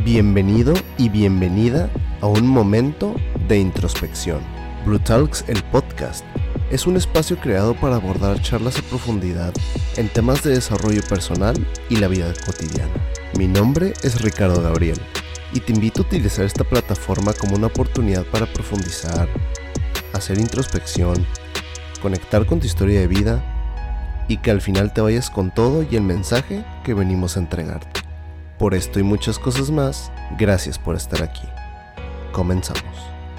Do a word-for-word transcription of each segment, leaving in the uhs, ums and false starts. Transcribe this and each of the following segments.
Bienvenido y bienvenida a un momento de introspección. Brutalks, el podcast, es un espacio creado para abordar charlas a profundidad en temas de desarrollo personal y la vida cotidiana. Mi nombre es Ricardo Gabriel y te invito a utilizar esta plataforma como una oportunidad para profundizar, hacer introspección, conectar con tu historia de vida y que al final te vayas con todo y el mensaje que venimos a entregarte. Por esto y muchas cosas más, gracias por estar aquí. Comenzamos.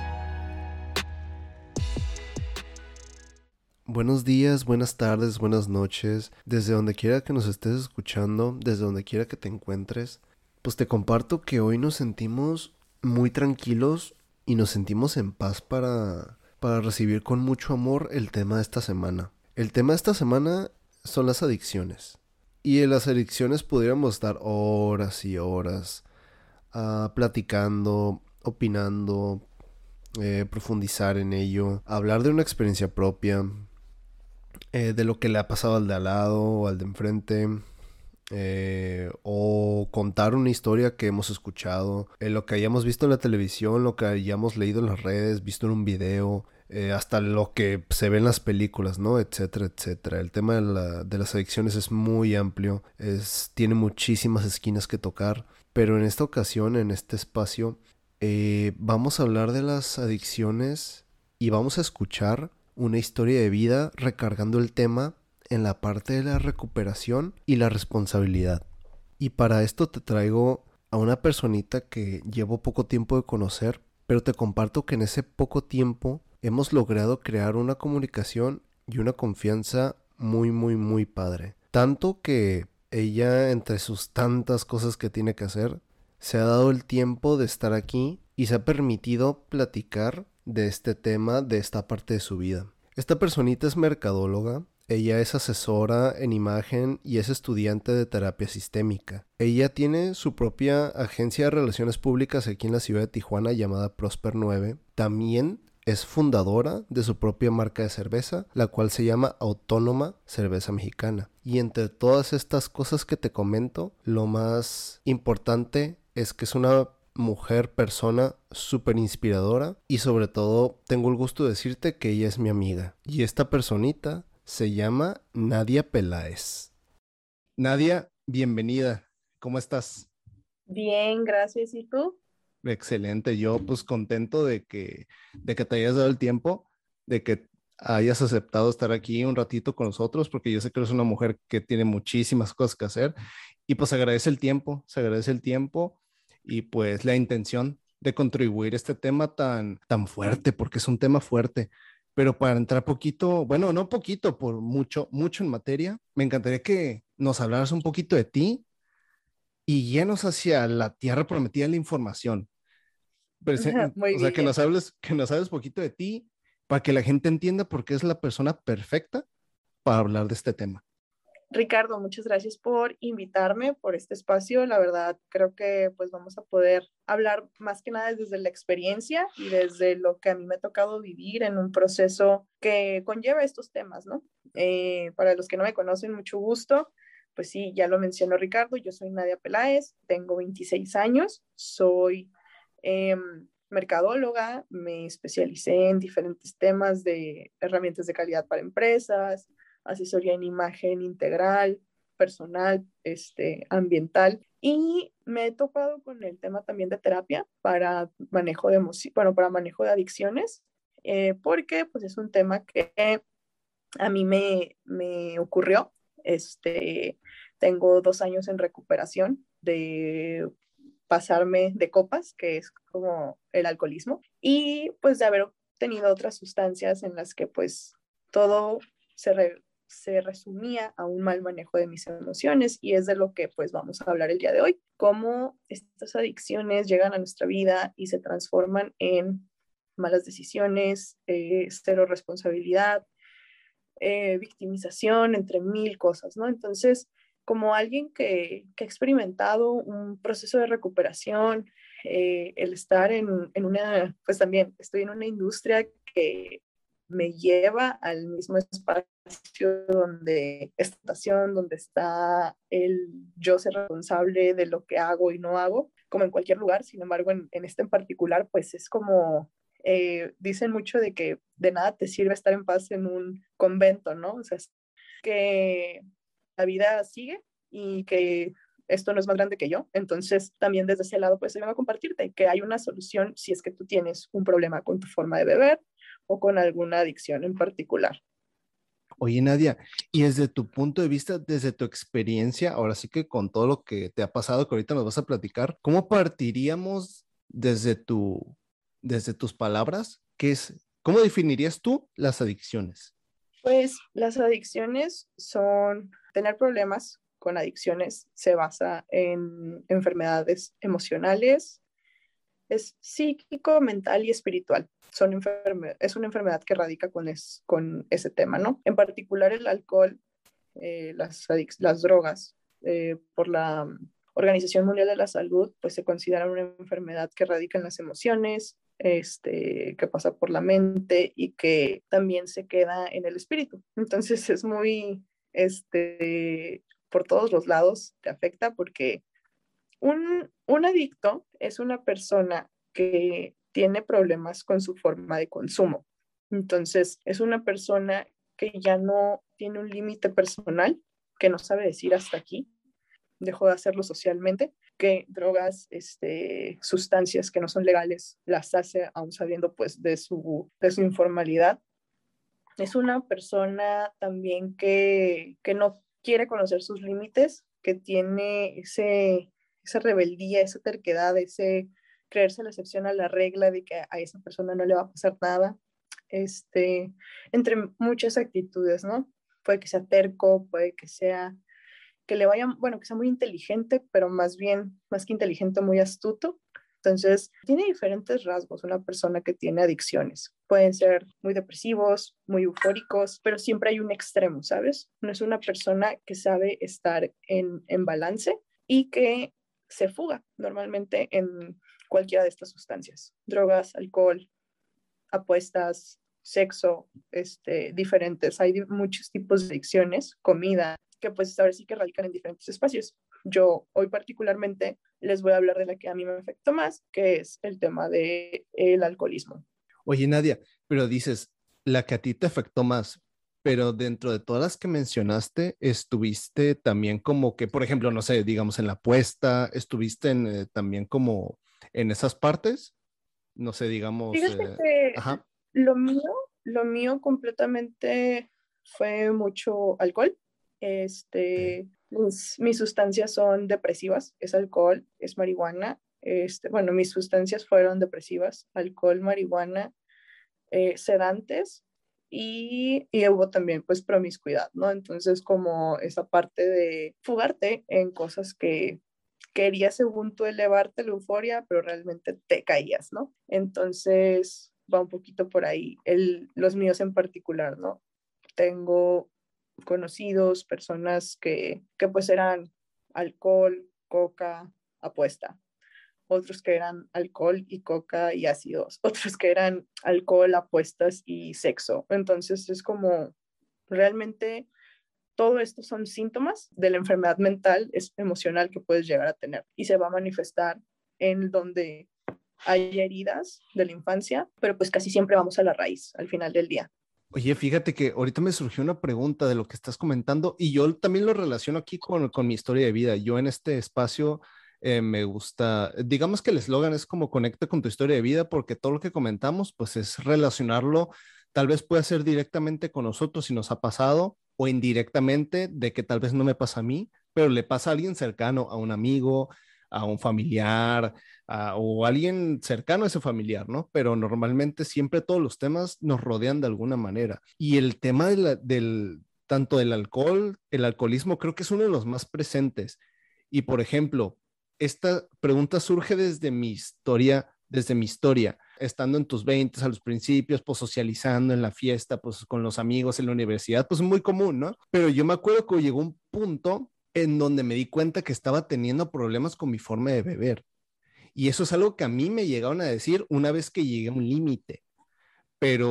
Buenos días, buenas tardes, buenas noches, desde donde quiera que nos estés escuchando, desde donde quiera que te encuentres. Pues te comparto que hoy nos sentimos muy tranquilos y nos sentimos en paz para, para recibir con mucho amor el tema de esta semana. El tema de esta semana son las adicciones. Y en las adicciones podríamos estar horas y horas uh, platicando, opinando, eh, profundizar en ello, hablar de una experiencia propia, eh, de lo que le ha pasado al de al lado o al de enfrente, eh, o contar una historia que hemos escuchado, eh, lo que hayamos visto en la televisión, lo que hayamos leído en las redes, visto en un video, eh, hasta lo que se ve en las películas, ¿no? Etcétera, etcétera. El tema de, la, de las adicciones es muy amplio, es, tiene muchísimas esquinas que tocar, pero en esta ocasión, en este espacio, eh, vamos a hablar de las adicciones y vamos a escuchar una historia de vida recargando el tema en la parte de la recuperación y la responsabilidad. Y para esto te traigo a una personita que llevo poco tiempo de conocer, pero te comparto que en ese poco tiempo hemos logrado crear una comunicación y una confianza muy, muy, muy padre. Tanto que ella, entre sus tantas cosas que tiene que hacer, se ha dado el tiempo de estar aquí y se ha permitido platicar de este tema, de esta parte de su vida. Esta personita es mercadóloga. Ella es asesora en imagen y es estudiante de terapia sistémica. Ella tiene su propia agencia de relaciones públicas aquí en la ciudad de Tijuana llamada Prosper nueve. También es fundadora de su propia marca de cerveza, la cual se llama Autónoma Cerveza Mexicana. Y entre todas estas cosas que te comento, lo más importante es que es una mujer, persona súper inspiradora y sobre todo tengo el gusto de decirte que ella es mi amiga. Y esta personita se llama Nadia Peláez. Nadia, bienvenida. ¿Cómo estás? Bien, gracias. ¿Y tú? Excelente. Yo pues contento de que, de que te hayas dado el tiempo, de que hayas aceptado estar aquí un ratito con nosotros, porque yo sé que eres una mujer que tiene muchísimas cosas que hacer y pues agradece el tiempo, se agradece el tiempo y pues la intención de contribuir a este tema tan, tan fuerte, porque es un tema fuerte. Pero para entrar poquito, bueno, no poquito, por mucho, mucho en materia, me encantaría que nos hablaras un poquito de ti y llenos hacia la tierra prometida de la información. Presen- Muy o sea, que bien. nos hables, que nos hables poquito de ti para que la gente entienda por qué es la persona perfecta para hablar de este tema. Ricardo, muchas gracias por invitarme, por este espacio. La verdad, creo que pues vamos a poder hablar más que nada desde la experiencia y desde lo que a mí me ha tocado vivir en un proceso que conlleva estos temas, ¿no? Eh, para los que no me conocen, mucho gusto. Pues sí, ya lo mencionó Ricardo, yo soy Nadia Peláez, tengo veintiséis años, soy eh, mercadóloga, me especialicé en diferentes temas de herramientas de calidad para empresas, asesoría en imagen integral, personal, este, ambiental. Y me he topado con el tema también de terapia para manejo de, bueno, para manejo de adicciones, eh, porque pues es un tema que a mí me, me ocurrió. Este, tengo dos años en recuperación de pasarme de copas, que es como el alcoholismo, y pues de haber tenido otras sustancias en las que pues todo se, re, se resumía a un mal manejo de mis emociones y es de lo que pues vamos a hablar el día de hoy, cómo estas adicciones llegan a nuestra vida y se transforman en malas decisiones, eh, cero responsabilidad, eh, victimización, entre mil cosas, ¿no? Entonces, como alguien que, que ha experimentado un proceso de recuperación, eh, el estar en, en una, pues también estoy en una industria que me lleva al mismo espacio donde esta estación, donde está el yo ser responsable de lo que hago y no hago, como en cualquier lugar. Sin embargo, en, en este en particular, pues es como, eh, dicen mucho de que de nada te sirve estar en paz en un convento, ¿no? O sea, que la vida sigue y que esto no es más grande que yo. Entonces, también desde ese lado, pues, se vengo a compartirte que hay una solución si es que tú tienes un problema con tu forma de beber o con alguna adicción en particular. Oye, Nadia, y desde tu punto de vista, desde tu experiencia, ahora sí que con todo lo que te ha pasado, que ahorita nos vas a platicar, ¿cómo partiríamos desde tu, desde tus palabras? ¿Qué es, cómo definirías tú las adicciones? Pues las adicciones son, tener problemas con adicciones se basa en enfermedades emocionales, es psíquico, mental y espiritual. Son enferme es una enfermedad que radica con, es, con ese tema, ¿no? En particular el alcohol, eh, las, las drogas, eh, por la Organización Mundial de la Salud, pues se considera una enfermedad que radica en las emociones, este, que pasa por la mente y que también se queda en el espíritu. Entonces es muy, este, por todos los lados te afecta porque un, un adicto es una persona que tiene problemas con su forma de consumo. Entonces, es una persona que ya no tiene un límite personal, que no sabe decir hasta aquí, dejó de hacerlo socialmente, que drogas, este, sustancias que no son legales, las hace aún sabiendo pues de su, de su informalidad. Es una persona también que, que no quiere conocer sus límites, que tiene ese, esa rebeldía, esa terquedad, ese creerse la excepción a la regla de que a esa persona no le va a pasar nada, este, entre muchas actitudes, ¿no? Puede que sea terco, puede que sea, que le vaya, bueno, que sea muy inteligente, pero más bien, más que inteligente, muy astuto. Entonces, tiene diferentes rasgos una persona que tiene adicciones. Pueden ser muy depresivos, muy eufóricos, pero siempre hay un extremo, ¿sabes? No es una persona que sabe estar en, en balance y que se fuga normalmente en cualquiera de estas sustancias, drogas, alcohol, apuestas, sexo, este, diferentes. Hay muchos tipos de adicciones, comida, que pues ahora sí que radican en diferentes espacios. Yo hoy particularmente les voy a hablar de la que a mí me afectó más, que es el tema del de alcoholismo. Oye, Nadia, pero dices, la que a ti te afectó más, pero dentro de todas las que mencionaste, estuviste también como que, por ejemplo, no sé, digamos en la apuesta, estuviste en, eh, también como en esas partes, no sé, digamos, Fíjate eh, que ajá, lo mío, lo mío completamente fue mucho alcohol. ok, Este, mis, mis sustancias son depresivas, es alcohol, es marihuana. Este, bueno, mis sustancias fueron depresivas, alcohol, marihuana, eh, sedantes y, y hubo también pues promiscuidad, ¿no? Entonces como esa parte de fugarte en cosas que querías según tú elevarte la euforia, pero realmente te caías, ¿no? Entonces va un poquito por ahí, el, los míos en particular, ¿no? Tengo conocidos, personas que, que pues eran alcohol, coca, apuesta, otros que eran alcohol y coca y ácidos, otros que eran alcohol, apuestas y sexo. Entonces es como realmente todo esto son síntomas de la enfermedad mental, es emocional que puedes llegar a tener y se va a manifestar en donde hay heridas de la infancia, pero pues casi siempre vamos a la raíz al final del día. oye, fíjate que ahorita me surgió una pregunta de lo que estás comentando y yo también lo relaciono aquí con, con mi historia de vida. Yo en este espacio eh, me gusta, digamos que el eslogan es como conecta con tu historia de vida porque todo lo que comentamos pues es relacionarlo, tal vez pueda ser directamente con nosotros si nos ha pasado o indirectamente de que tal vez no me pasa a mí, pero le pasa a alguien cercano, a un amigo, a un familiar a, o alguien cercano a ese familiar, ¿no? Pero normalmente siempre todos los temas nos rodean de alguna manera. Y el tema de la, del, tanto del alcohol, el alcoholismo, creo que es uno de los más presentes. Y por ejemplo, esta pregunta surge desde mi historia, desde mi historia, estando en tus veinte a los principios, pues socializando en la fiesta, pues con los amigos en la universidad, pues muy común, ¿no? Pero yo me acuerdo que llegó un punto en donde me di cuenta que estaba teniendo problemas con mi forma de beber. Y eso es algo que a mí me llegaron a decir una vez que llegué a un límite. Pero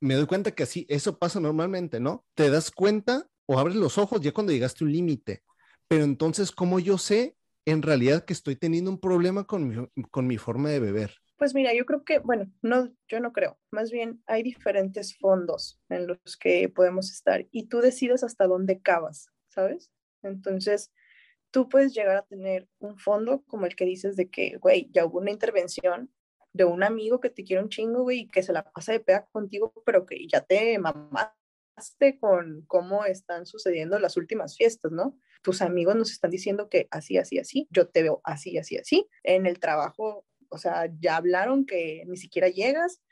me doy cuenta que así, eso pasa normalmente, ¿no? Te das cuenta o abres los ojos ya cuando llegaste a un límite. Pero entonces, ¿cómo yo sé en realidad que estoy teniendo un problema con mi, con mi forma de beber? Pues mira, yo creo que, bueno, no, yo no creo. Más bien hay diferentes fondos en los que podemos estar y tú decides hasta dónde cavas, ¿sabes? Entonces, tú puedes llegar a tener un fondo como el que dices de que, güey, ya hubo una intervención de un amigo que te quiere un chingo, güey, y que se la pasa de pega contigo, pero que ya te mamaste con cómo están sucediendo las últimas fiestas, ¿no? Tus amigos nos están diciendo que así, así, así, yo te veo así, así, así. En el trabajo, o sea, ya hablaron que ni siquiera llegas,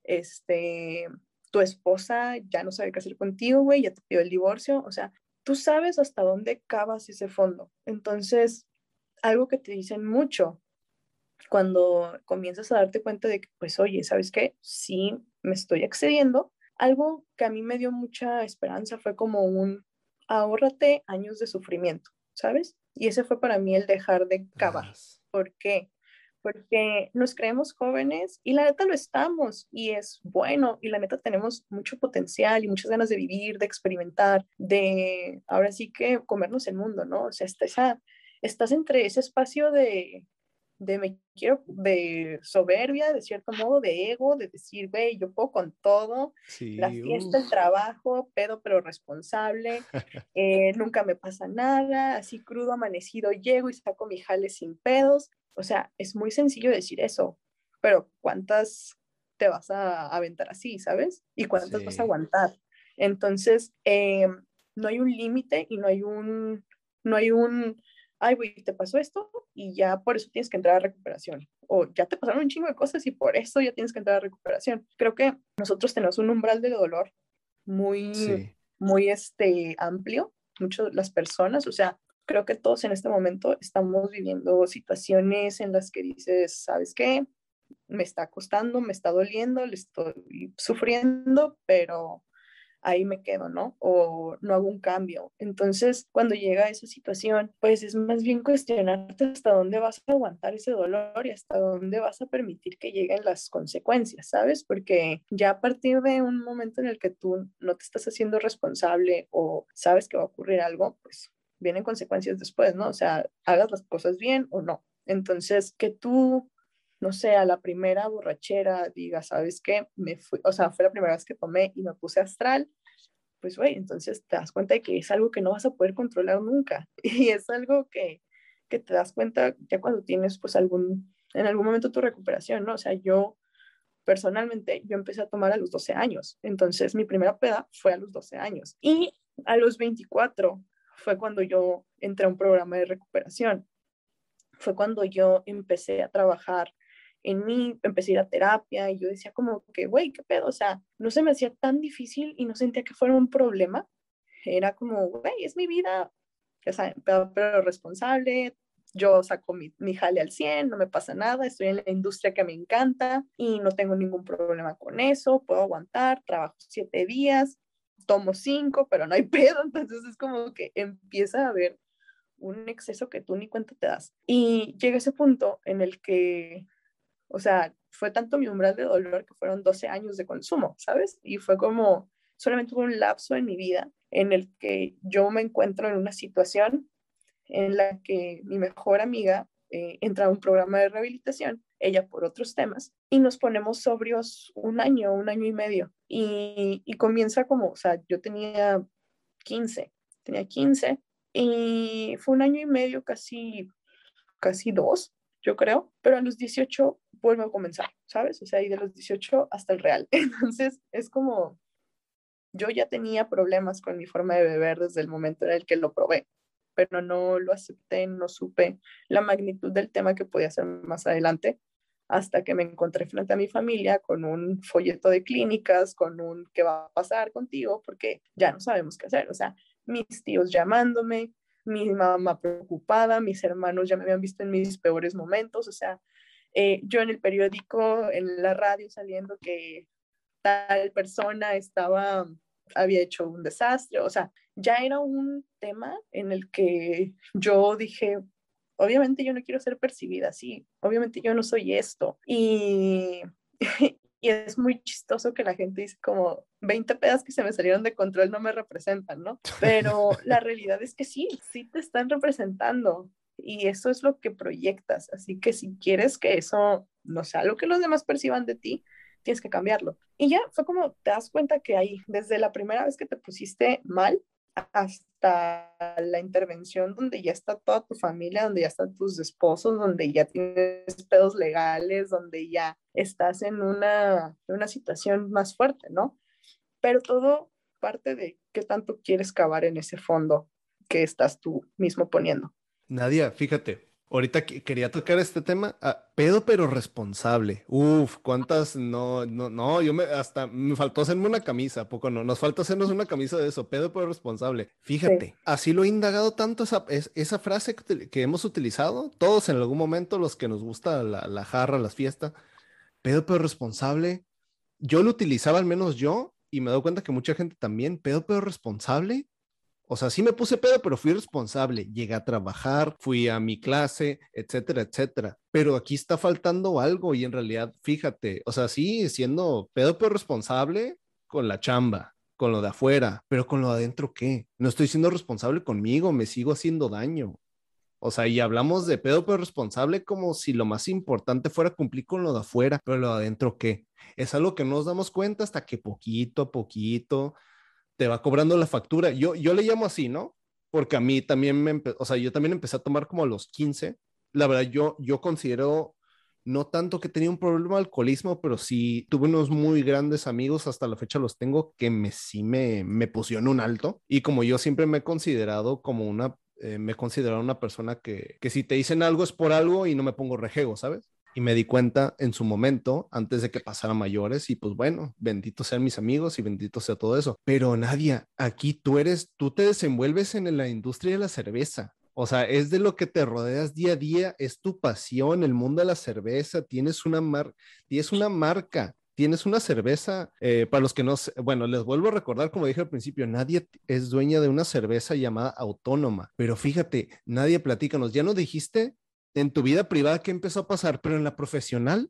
este, tu esposa ya no sabe qué hacer contigo, güey, ya te pidió el divorcio, o sea, tú sabes hasta dónde cavas ese fondo. Entonces, algo que te dicen mucho cuando comienzas a darte cuenta de que, pues, oye, ¿sabes qué? Sí, me estoy excediendo. Algo que a mí me dio mucha esperanza fue como un, ahórrate años de sufrimiento, ¿sabes? Y ese fue para mí el dejar de cavar. Ah, ¿Por qué? Porque nos creemos jóvenes y la neta lo estamos y es bueno y la neta tenemos mucho potencial y muchas ganas de vivir, de experimentar, de ahora sí que comernos el mundo, ¿no? O sea, está esa, estás entre ese espacio de, de me quiero, de soberbia, de cierto modo, de ego, de decir, güey, yo puedo con todo, la sí, fiesta, el uff. trabajo, pedo pero responsable, eh, nunca me pasa nada, así crudo, amanecido, llego y saco mi jale sin pedos. O sea, es muy sencillo decir eso, pero ¿cuántas te vas a aventar así, sabes? ¿Y cuántas vas a Sí, aguantar? Entonces, eh, no hay un límite y no hay un, no hay un, ay, güey, te pasó esto y ya por eso tienes que entrar a recuperación. O ya te pasaron un chingo de cosas y por eso ya tienes que entrar a recuperación. Creo que nosotros tenemos un umbral de dolor muy, sí, muy este, amplio, muchas las personas, o sea, creo que todos en este momento estamos viviendo situaciones en las que dices, ¿sabes qué? Me está costando, me está doliendo, le estoy sufriendo, pero ahí me quedo, ¿no? O no hago un cambio. Entonces, cuando llega esa situación, pues es más bien cuestionarte hasta dónde vas a aguantar ese dolor y hasta dónde vas a permitir que lleguen las consecuencias, ¿sabes? Porque ya a partir de un momento en el que tú no te estás haciendo responsable o sabes que va a ocurrir algo, pues vienen consecuencias después, ¿no? O sea, hagas las cosas bien o no. Entonces, que tú no sé, a la primera borrachera diga, ¿sabes qué? Me fui, o sea, fue la primera vez que tomé y me puse astral, pues, güey, entonces te das cuenta de que es algo que no vas a poder controlar nunca. Y es algo que, que te das cuenta ya cuando tienes, pues, algún, en algún momento tu recuperación, ¿no? O sea, yo personalmente, yo empecé a tomar a los doce años. Entonces, mi primera peda fue a los doce años. Y a los veinticuatro fue cuando yo entré a un programa de recuperación. Fue cuando yo empecé a trabajar en mí, empecé a ir a terapia y yo decía como que, güey, ¿qué pedo? O sea, no se me hacía tan difícil y no sentía que fuera un problema. Era como, güey, es mi vida, o sea, pero, pero responsable, yo saco mi, mi jale al cien, no me pasa nada, estoy en la industria que me encanta y no tengo ningún problema con eso, puedo aguantar, trabajo siete días, tomo cinco, pero no hay pedo, entonces es como que empieza a haber un exceso que tú ni cuenta te das. Y llega ese punto en el que, o sea, fue tanto mi umbral de dolor que fueron doce años de consumo, ¿sabes? Y fue como, solamente hubo un lapso en mi vida en el que yo me encuentro en una situación en la que mi mejor amiga eh, entra a un programa de rehabilitación, ella por otros temas, y nos ponemos sobrios un año, un año y medio. Y, y comienza como, o sea, yo tenía quince tenía quince y fue un año y medio, casi, casi dos, yo creo, pero a los dieciocho vuelvo a comenzar, ¿sabes? O sea, y de los dieciocho hasta el real. Entonces, es como, yo ya tenía problemas con mi forma de beber desde el momento en el que lo probé, pero no lo acepté, no supe la magnitud del tema que podía ser más adelante, hasta que me encontré frente a mi familia con un folleto de clínicas, con un qué va a pasar contigo, porque ya no sabemos qué hacer. O sea, mis tíos llamándome, mi mamá preocupada, mis hermanos ya me habían visto en mis peores momentos, o sea, eh, yo en el periódico, en la radio saliendo que tal persona estaba, había hecho un desastre, o sea, ya era un tema en el que yo dije, obviamente yo no quiero ser percibida así, obviamente yo no soy esto. Y, Y es muy chistoso que la gente dice como veinte pedas que se me salieron de control no me representan, ¿no? Pero la realidad es que sí, sí te están representando y eso es lo que proyectas. Así que si quieres que eso no sea lo que los demás perciban de ti, tienes que cambiarlo. Y ya fue como te das cuenta que ahí, desde la primera vez que te pusiste mal, hasta la intervención donde ya está toda tu familia, donde ya están tus esposos, donde ya tienes pedos legales, donde ya estás en una, en una situación más fuerte, ¿no? Pero todo parte de qué tanto quieres cavar en ese fondo que estás tú mismo poniendo. Nadia, fíjate, ahorita que- quería tocar este tema, ah, pedo pero responsable. Uf, cuántas, no, no, no, yo me, hasta me faltó hacerme una camisa, ¿a poco no? Nos falta hacernos una camisa de eso, pedo pero responsable. Sí. Fíjate, así lo he indagado tanto esa, es- esa frase que, util- que hemos utilizado, todos en algún momento, los que nos gusta la, la jarra, las fiestas, pedo pero responsable. Yo lo utilizaba al menos yo y me doy cuenta que mucha gente también, pedo pero responsable. O sea, sí me puse pedo, pero fui responsable. Llegué a trabajar, fui a mi clase, etcétera, etcétera. Pero aquí está faltando algo y en realidad, fíjate, o sea, sí, siendo pedo, pero responsable con la chamba, con lo de afuera, pero con lo de adentro, ¿qué? No estoy siendo responsable conmigo, me sigo haciendo daño. O sea, y hablamos de pedo, pero responsable como si lo más importante fuera cumplir con lo de afuera, pero lo de adentro, ¿qué? Es algo que no nos damos cuenta hasta que poquito a poquito te va cobrando la factura. Yo, yo le llamo así, ¿no? Porque a mí también me, empe- o sea, yo también empecé a tomar como a los quince. La verdad, yo, yo considero no tanto que tenía un problema de alcoholismo, pero sí tuve unos muy grandes amigos, hasta la fecha los tengo, que me, sí me, me pusieron un alto. Y como yo siempre me he considerado como una, eh, me he considerado una persona que, que si te dicen algo es por algo y no me pongo rejego, ¿sabes? Y me di cuenta en su momento, antes de que pasara mayores, y pues bueno, bendito sean mis amigos y bendito sea todo eso. Pero Nadia, aquí tú eres, tú te desenvuelves en la industria de la cerveza. O sea, es de lo que te rodeas día a día, es tu pasión, el mundo de la cerveza, tienes una, mar tienes una marca, tienes una cerveza, eh, para los que no, sé, bueno, les vuelvo a recordar, como dije al principio, nadie es dueña de una cerveza llamada Autónoma, pero fíjate, nadie platícanos, ya nos dijiste en tu vida privada qué empezó a pasar, pero en la profesional,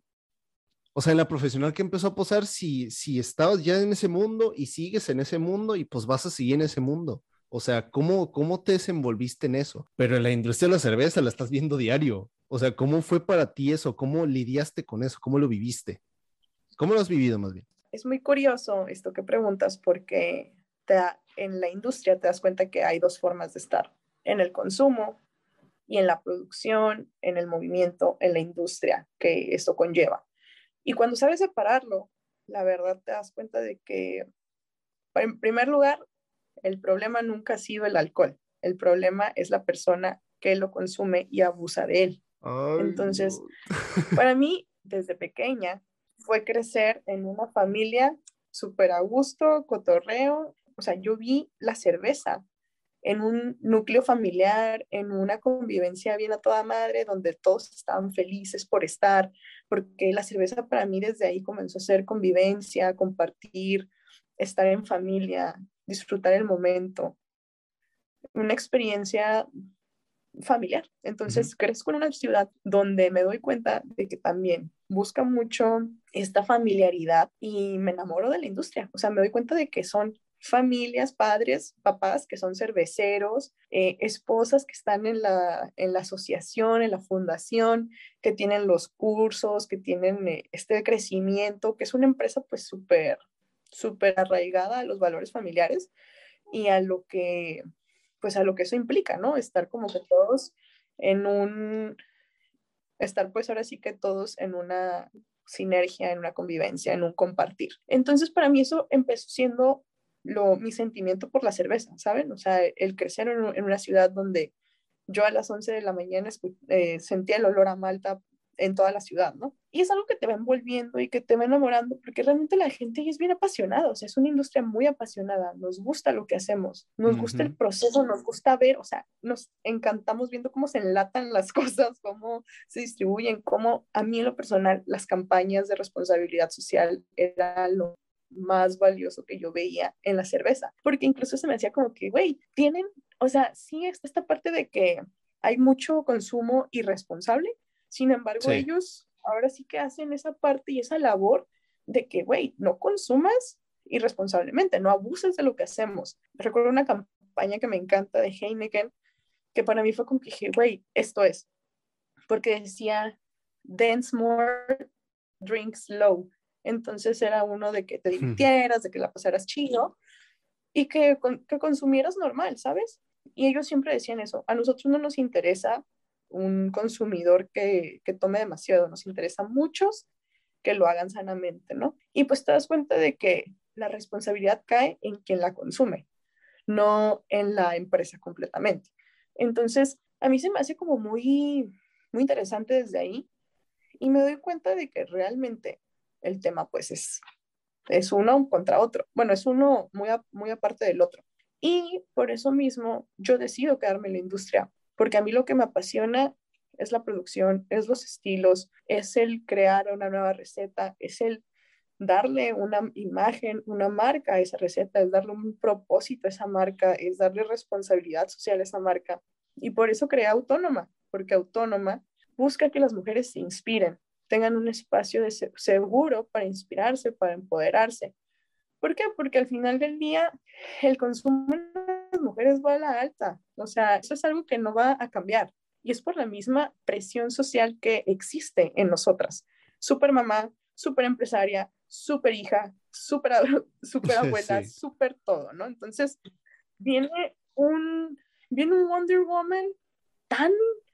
o sea, en la profesional qué empezó a pasar si, si estabas ya en ese mundo y sigues en ese mundo y pues vas a seguir en ese mundo. O sea, ¿cómo, cómo te desenvolviste en eso? Pero en la industria de la cerveza la estás viendo diario. O sea, ¿cómo fue para ti eso? ¿Cómo lidiaste con eso? ¿Cómo lo viviste? ¿Cómo lo has vivido más bien? Es muy curioso esto que preguntas porque te da, en la industria te das cuenta que hay dos formas de estar, en el consumo y en la producción, en el movimiento, en la industria que esto conlleva. Y cuando sabes separarlo, la verdad te das cuenta de que, en primer lugar, el problema nunca ha sido el alcohol. El problema es la persona que lo consume y abusa de él. Ay, Entonces, no. para mí, desde pequeña, fue crecer en una familia súper a gusto, cotorreo. O sea, yo vi la cerveza en un núcleo familiar, en una convivencia bien a toda madre, donde todos estaban felices por estar, porque la cerveza para mí desde ahí comenzó a ser convivencia, compartir, estar en familia, disfrutar el momento, una experiencia familiar. Ujú. Entonces crezco en una ciudad donde me doy cuenta de que también busca mucho esta familiaridad y me enamoro de la industria. O sea, me doy cuenta de que son familias, padres, papás que son cerveceros, eh, esposas que están en la, en la asociación, en la fundación, que tienen los cursos, que tienen eh, este crecimiento, que es una empresa pues súper, súper arraigada a los valores familiares y a lo que, pues a lo que eso implica, ¿no? Estar como que todos en un, estar pues ahora sí que todos en una sinergia, en una convivencia, en un compartir. Entonces para mí eso empezó siendo lo, mi sentimiento por la cerveza, ¿saben? O sea, el crecer en, en una ciudad donde yo a las once de la mañana eh, sentía el olor a malta en toda la ciudad, ¿no? Y es algo que te va envolviendo y que te va enamorando porque realmente la gente es bien apasionada, o sea, es una industria muy apasionada, nos gusta lo que hacemos, nos gusta el Ujú. proceso, nos gusta ver, o sea, nos encantamos viendo cómo se enlatan las cosas, cómo se distribuyen, cómo a mí en lo personal las campañas de responsabilidad social era lo más valioso que yo veía en la cerveza, porque incluso se me hacía como que, güey, tienen, o sea, sí está esta parte de que hay mucho consumo irresponsable, sin embargo, Sí. ellos ahora sí que hacen esa parte y esa labor de que, güey, no consumas irresponsablemente, no abuses de lo que hacemos. Recuerdo una campaña que me encanta de Heineken, que para mí fue como que dije, güey, esto es, porque decía, dance more, drink slow. Entonces era uno de que te divirtieras, de que la pasaras chido y que, que consumieras normal, ¿sabes? Y ellos siempre decían eso, a nosotros no nos interesa un consumidor que, que tome demasiado, nos interesa muchos que lo hagan sanamente, ¿no? Y pues te das cuenta de que la responsabilidad cae en quien la consume, no en la empresa completamente. Entonces, a mí se me hace como muy, muy interesante desde ahí y me doy cuenta de que realmente el tema pues es, es uno contra otro. Bueno, es uno muy, a, muy aparte del otro. Y por eso mismo yo decido quedarme en la industria, porque a mí lo que me apasiona es la producción, es los estilos, es el crear una nueva receta, es el darle una imagen, una marca a esa receta, es darle un propósito a esa marca, es darle responsabilidad social a esa marca. Y por eso creé Autónoma, porque Autónoma busca que las mujeres se inspiren, tengan un espacio de se seguro para inspirarse, para empoderarse. ¿Por qué? Porque al final del día el consumo de las mujeres va a la alta. O sea, eso es algo que no va a cambiar. Y es por la misma presión social que existe en nosotras. Súper mamá, súper empresaria, súper hija, súper super abuela, Sí. súper todo, ¿no? Entonces, viene un, viene un Wonder Woman tan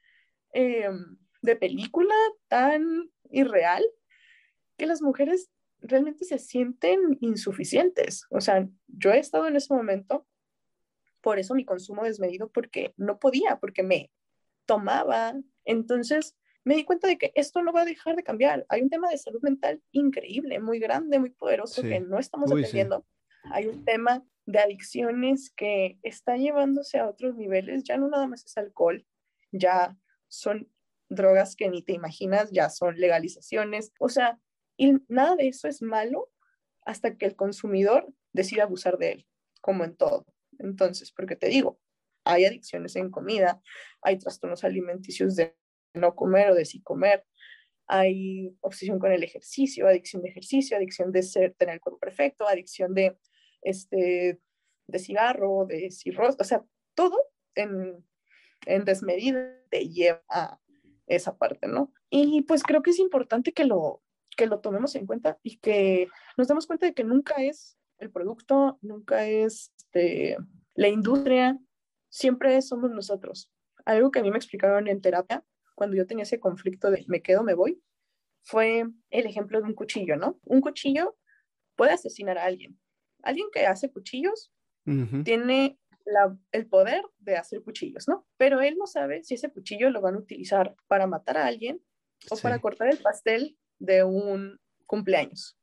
eh, de película, tan irreal, que las mujeres realmente se sienten insuficientes. O sea, yo he estado en ese momento, por eso mi consumo desmedido, porque no podía, porque me tomaba. Entonces me di cuenta de que esto no va a dejar de cambiar. Hay un tema de salud mental increíble, muy grande, muy poderoso que Sí. no estamos Uy, sí. atendiendo. Hay un tema de adicciones que está llevándose a otros niveles. Ya no nada más es alcohol, ya son drogas que ni te imaginas, ya son legalizaciones. O sea, y nada de eso es malo hasta que el consumidor decida abusar de él, como en todo. Entonces, porque te digo, hay adicciones en comida, hay trastornos alimenticios de no comer o de sí comer, hay obsesión con el ejercicio, adicción de ejercicio, adicción de ser, tener el cuerpo perfecto, adicción de, este, de cigarro, de cirrosis, o sea, todo en, en desmedida te lleva a esa parte, ¿no? Y pues creo que es importante que lo, que lo tomemos en cuenta y que nos demos cuenta de que nunca es el producto, nunca es este, la industria, siempre somos nosotros. Algo que a mí me explicaron en terapia, cuando yo tenía ese conflicto de me quedo, me voy, fue el ejemplo de un cuchillo, ¿no? Un cuchillo puede asesinar a alguien. Alguien que hace cuchillos Uh-huh. tiene la, el poder de hacer cuchillos, ¿no? Pero él no sabe si ese cuchillo lo van a utilizar para matar a alguien o para Sí. cortar el pastel de un cumpleaños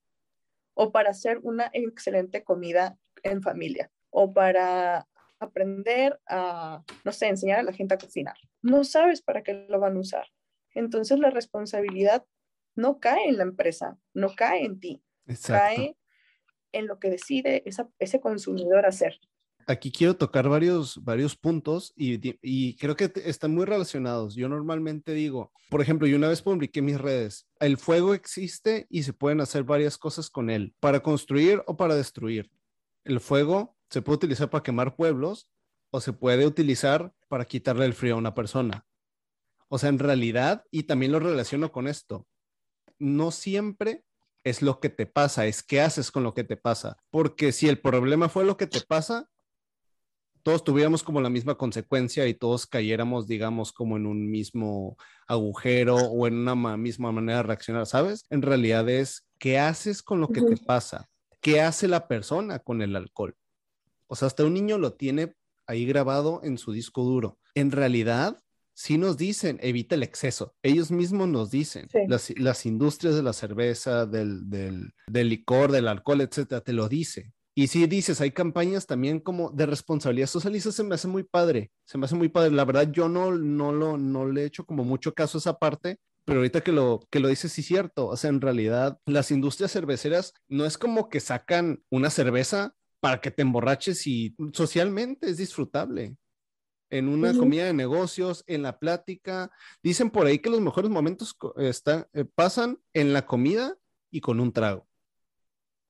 o para hacer una excelente comida en familia o para aprender a, no sé, enseñar a la gente a cocinar. No sabes para qué lo van a usar. Entonces la responsabilidad no cae en la empresa, no cae en ti, Exacto. cae en lo que decide esa, ese consumidor hacer. Aquí quiero tocar varios, varios puntos y, y creo que están muy relacionados. Yo normalmente digo, por ejemplo, yo una vez publiqué en mis redes, el fuego existe y se pueden hacer varias cosas con él, para construir o para destruir. El fuego se puede utilizar para quemar pueblos o se puede utilizar para quitarle el frío a una persona. O sea, en realidad, y también lo relaciono con esto, no siempre es lo que te pasa, es qué haces con lo que te pasa. Porque si el problema fue lo que te pasa, todos tuviéramos como la misma consecuencia y todos cayéramos, digamos, como en un mismo agujero o en una ma misma manera de reaccionar, ¿sabes? En realidad es qué haces con lo que te pasa, qué hace la persona con el alcohol. O sea, hasta un niño lo tiene ahí grabado en su disco duro. En realidad, sí nos dicen, evita el exceso. Ellos mismos nos dicen, Sí. las, las industrias de la cerveza, del, del, del licor, del alcohol, etcétera, te lo dice. Y sí dices, hay campañas también como de responsabilidad social y eso se me hace muy padre, se me hace muy padre. La verdad, yo no, no, lo, no le he hecho como mucho caso a esa parte, pero ahorita que lo, que lo dices, sí es cierto. O sea, en realidad, las industrias cerveceras no es como que sacan una cerveza para que te emborraches y socialmente es disfrutable. En una Uh-huh. comida de negocios, en la plática. Dicen por ahí que los mejores momentos están, eh, pasan en la comida y con un trago.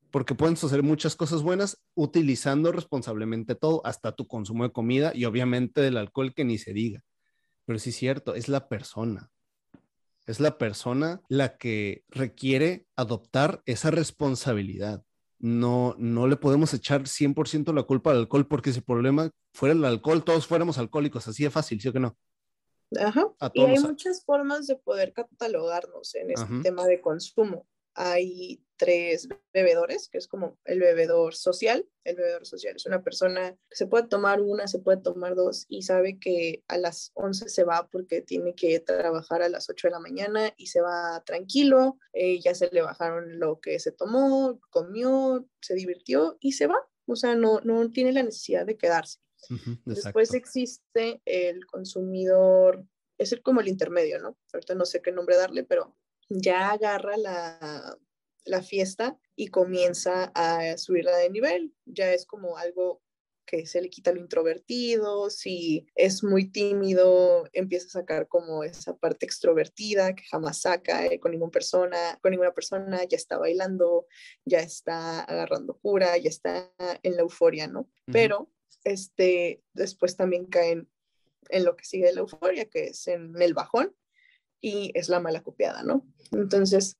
porque pueden suceder muchas cosas buenas utilizando responsablemente todo, hasta tu consumo de comida y obviamente del alcohol que ni se diga. Pero sí es cierto, es la persona. Es la persona la que requiere adoptar esa responsabilidad. No, no le podemos echar cien por ciento la culpa al alcohol, porque si el problema fuera el alcohol, todos fuéramos alcohólicos, así de fácil, ¿sí o que no? Ajá. A Y todos hay nos... muchas formas de poder catalogarnos en este Ajá. tema de consumo. Hay tres bebedores, que es como el bebedor social. El bebedor social es una persona que se puede tomar una, se puede tomar dos y sabe que a las once se va porque tiene que trabajar a las ocho de la mañana y se va tranquilo, eh, ya se le bajaron lo que se tomó, comió, se divirtió y se va. O sea, no, no tiene la necesidad de quedarse. Uh-huh, Después exacto. existe el consumidor, es el, como el intermedio, ¿no? Ahorita no sé qué nombre darle, pero ya agarra la, la fiesta y comienza a subirla de nivel. Ya es como algo que se le quita lo introvertido, si es muy tímido, empieza a sacar como esa parte extrovertida que jamás saca eh, con ninguna persona, con ninguna persona, ya está bailando, ya está agarrando cura, ya está en la euforia, ¿no? Uh-huh. Pero este, después también caen en lo que sigue de la euforia, que es en el bajón, y es la mala copiada, ¿no? Entonces,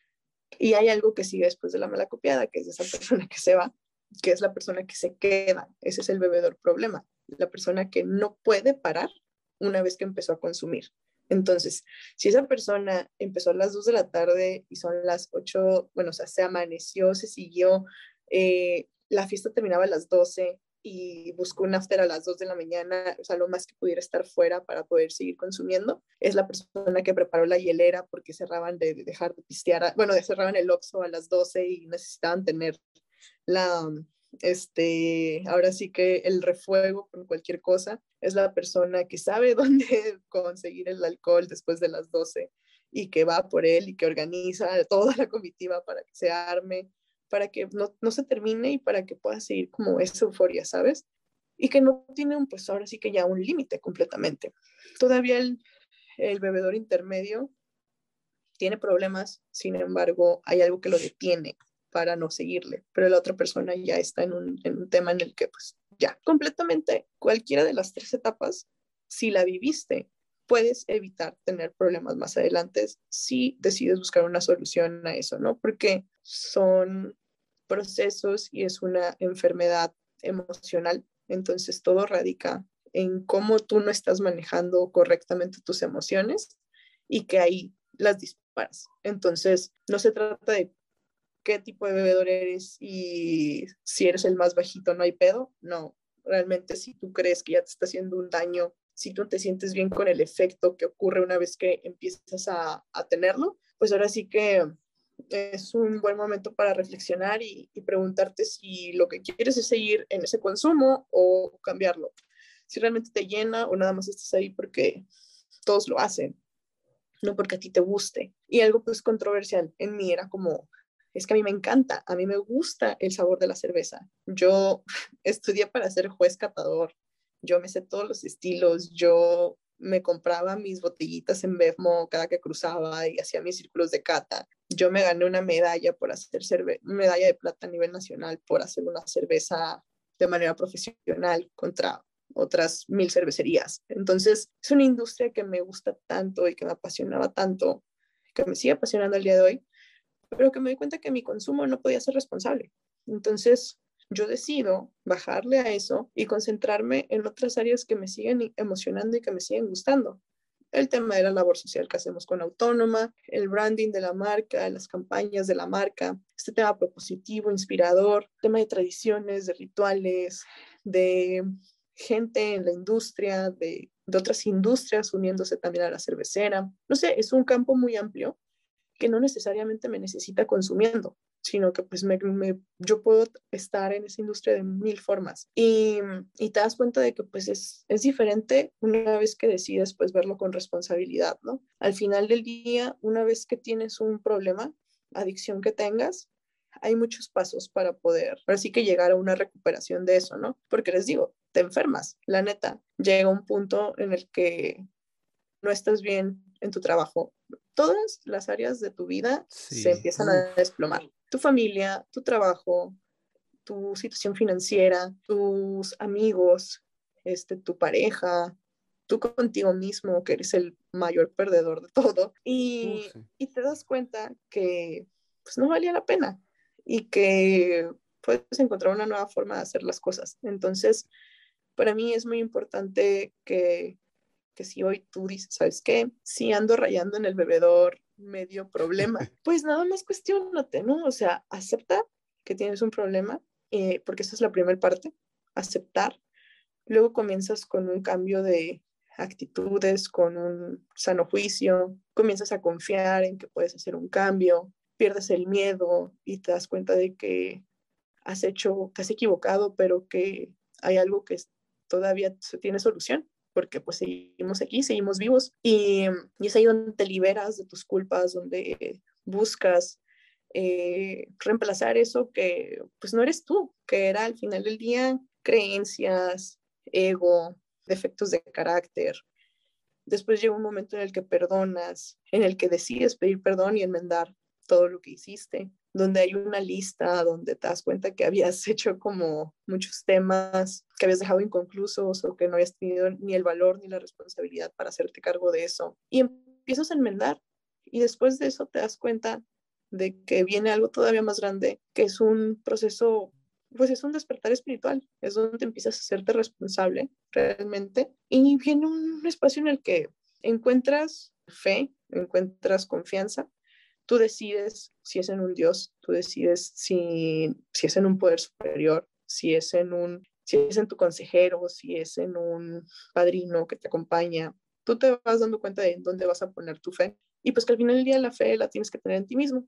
y hay algo que sigue después de la mala copiada, que es esa persona que se va, que es la persona que se queda. Ese es el bebedor problema, la persona que no puede parar una vez que empezó a consumir. Entonces, si esa persona empezó a las dos de la tarde y son las ocho, bueno, o sea, se amaneció, se siguió, eh, la fiesta terminaba a las doce y buscó un after a las dos de la mañana, o sea, lo más que pudiera estar fuera para poder seguir consumiendo, es la persona que preparó la hielera porque cerraban de, de dejar de pistear, a, bueno, de cerraban el Oxxo a las doce y necesitaban tener la, este, ahora sí que el refuego con cualquier cosa, es la persona que sabe dónde conseguir el alcohol después de las doce y que va por él y que organiza toda la comitiva para que se arme, para que no, no se termine y para que pueda seguir como esa euforia, ¿sabes? Y que no tiene un, pues ahora sí que ya un límite completamente. Todavía el, el bebedor intermedio tiene problemas, sin embargo, hay algo que lo detiene para no seguirle, pero la otra persona ya está en un, en un tema en el que pues ya completamente cualquiera de las tres etapas, si la viviste, puedes evitar tener problemas más adelante si decides buscar una solución a eso, ¿no? Porque son procesos y es una enfermedad emocional, entonces todo radica en cómo tú no estás manejando correctamente tus emociones y que ahí las disparas. Entonces, no se trata de qué tipo de bebedor eres y si eres el más bajito no hay pedo, no, realmente si tú crees que ya te está haciendo un daño, si tú te sientes bien con el efecto que ocurre una vez que empiezas a, a tenerlo, pues ahora sí que es un buen momento para reflexionar y, y preguntarte si lo que quieres es seguir en ese consumo o cambiarlo. Si realmente te llena o nada más estás ahí porque todos lo hacen, no porque a ti te guste. Y algo pues controversial en mí era como, es que a mí me encanta, a mí me gusta el sabor de la cerveza. Yo estudié para ser juez catador, yo me sé todos los estilos, yo me compraba mis botellitas en Bevmo cada que cruzaba y hacía mis círculos de cata. Yo me gané una medalla por hacer cerve- medalla de plata a nivel nacional por hacer una cerveza de manera profesional contra otras mil cervecerías. Entonces, es una industria que me gusta tanto y que me apasionaba tanto, que me sigue apasionando al día de hoy, pero que me di cuenta que mi consumo no podía ser responsable. Entonces, yo decido bajarle a eso y concentrarme en otras áreas que me siguen emocionando y que me siguen gustando. El tema de la labor social que hacemos con Autónoma, el branding de la marca, las campañas de la marca, este tema propositivo, inspirador, tema de tradiciones, de rituales, de gente en la industria, de, de otras industrias uniéndose también a la cervecera. No sé, es un campo muy amplio que no necesariamente me necesita consumiendo, sino que pues me, me, yo puedo estar en esa industria de mil formas y, y te das cuenta de que pues es, es diferente una vez que decides pues verlo con responsabilidad, ¿no? Al final del día, una vez que tienes un problema, adicción que tengas, hay muchos pasos para poder, ahora sí que llegar a una recuperación de eso, ¿no? Porque les digo, te enfermas, la neta, llega un punto en el que no estás bien en tu trabajo, todas las áreas de tu vida se Sí. empiezan Uf. a desplomar. tu familia, tu trabajo, tu situación financiera, tus amigos, este, tu pareja, tú contigo mismo, que eres el mayor perdedor de todo, Uh, y, sí. y te das cuenta que pues no valía la pena y que puedes encontrar una nueva forma de hacer las cosas. Entonces, para mí es muy importante que, que si hoy tú dices, ¿sabes qué? Si ando rayando en el bebedor, medio problema, pues nada más cuestiónate, ¿no? O sea, acepta que tienes un problema, eh, porque esa es la primera parte, aceptar. Luego comienzas con un cambio de actitudes, con un sano juicio, comienzas a confiar en que puedes hacer un cambio, pierdes el miedo y te das cuenta de que has hecho, te has equivocado, pero que hay algo que todavía tiene solución, porque pues seguimos aquí, seguimos vivos y, y es ahí donde te liberas de tus culpas, donde buscas eh, reemplazar eso que pues no eres tú, que era al final del día creencias, ego, defectos de carácter. Después llega un momento en el que perdonas, en el que decides pedir perdón y enmendar todo lo que hiciste, donde hay una lista, donde te das cuenta que habías hecho como muchos temas que habías dejado inconclusos o que no habías tenido ni el valor ni la responsabilidad para hacerte cargo de eso. Y empiezas a enmendar y después de eso te das cuenta de que viene algo todavía más grande, que es un proceso, pues es un despertar espiritual, es donde empiezas a hacerte responsable realmente y viene un espacio en el que encuentras fe, encuentras confianza, tú decides si es en un Dios, tú decides si, si es en un poder superior, si es en un, si es en tu consejero, si es en un padrino que te acompaña, tú te vas dando cuenta de dónde vas a poner tu fe y pues que al final del día la fe la tienes que tener en ti mismo.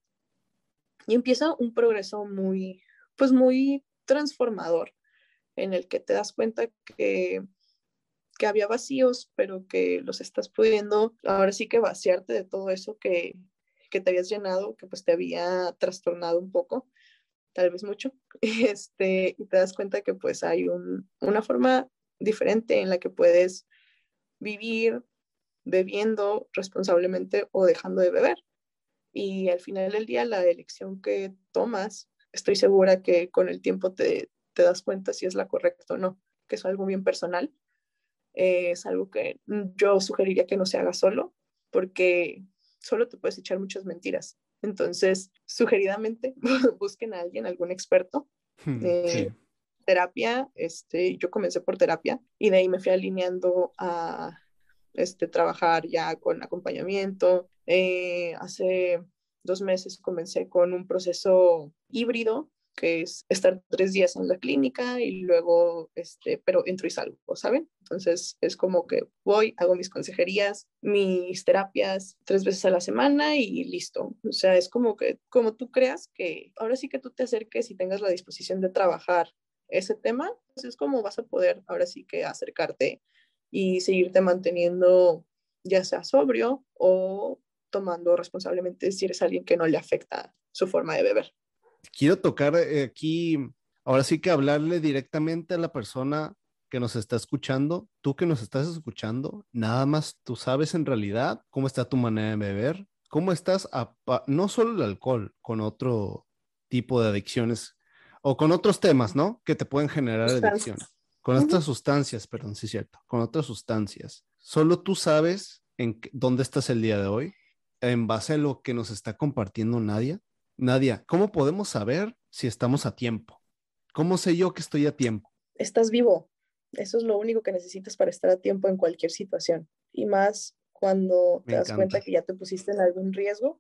Y empieza un progreso muy, pues muy transformador, en el que te das cuenta que, que había vacíos, pero que los estás pudiendo ahora sí que vaciarte de todo eso que, que te habías llenado, que pues te había trastornado un poco, tal vez mucho, este, y te das cuenta que pues hay un, una forma diferente en la que puedes vivir bebiendo responsablemente o dejando de beber. Y al final del día, la elección que tomas, estoy segura que con el tiempo te, te das cuenta si es la correcta o no, que es algo bien personal. Eh, es algo que yo sugeriría que no se haga solo, porque solo te puedes echar muchas mentiras. Entonces, sugeridamente, busquen a alguien, algún experto. Eh, Sí. terapia, este, yo comencé por terapia y de ahí me fui alineando a este, trabajar ya con acompañamiento. Eh, hace dos meses comencé con un proceso híbrido, que es estar tres días en la clínica y luego, este, pero entro y salgo, ¿saben? Entonces es como que voy, hago mis consejerías, mis terapias tres veces a la semana y listo. O sea, es como que, como tú creas que ahora sí que tú te acerques y tengas la disposición de trabajar ese tema, pues es como vas a poder ahora sí que acercarte y seguirte manteniendo ya sea sobrio o tomando responsablemente si eres alguien que no le afecta su forma de beber. Quiero tocar eh, aquí, ahora sí que hablarle directamente a la persona que nos está escuchando, tú que nos estás escuchando, nada más tú sabes en realidad cómo está tu manera de beber, cómo estás, a, no solo el alcohol, con otro tipo de adicciones o con otros temas, ¿no? Que te pueden generar adicción. Sustancias. Con Uh otras -huh. sustancias, perdón, sí es cierto, con otras sustancias. Solo tú sabes en qué, dónde estás el día de hoy, en base a lo que nos está compartiendo Nadia. Nadia, ¿cómo podemos saber si estamos a tiempo? ¿Cómo sé yo que estoy a tiempo? Estás vivo. Eso es lo único que necesitas para estar a tiempo en cualquier situación. Y más cuando Me te das cuenta encanta. que ya te pusiste en algún riesgo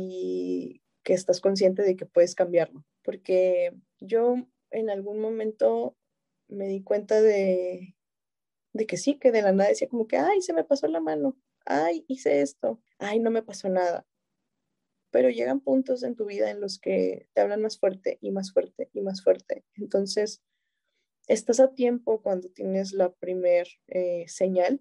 y que estás consciente de que puedes cambiarlo. Porque yo en algún momento me di cuenta de, de que sí, que de la nada decía como que, ay, se me pasó la mano, ay, hice esto, ay, no me pasó nada. Pero llegan puntos en tu vida en los que te hablan más fuerte y más fuerte y más fuerte. Entonces, estás a tiempo cuando tienes la primer eh, señal,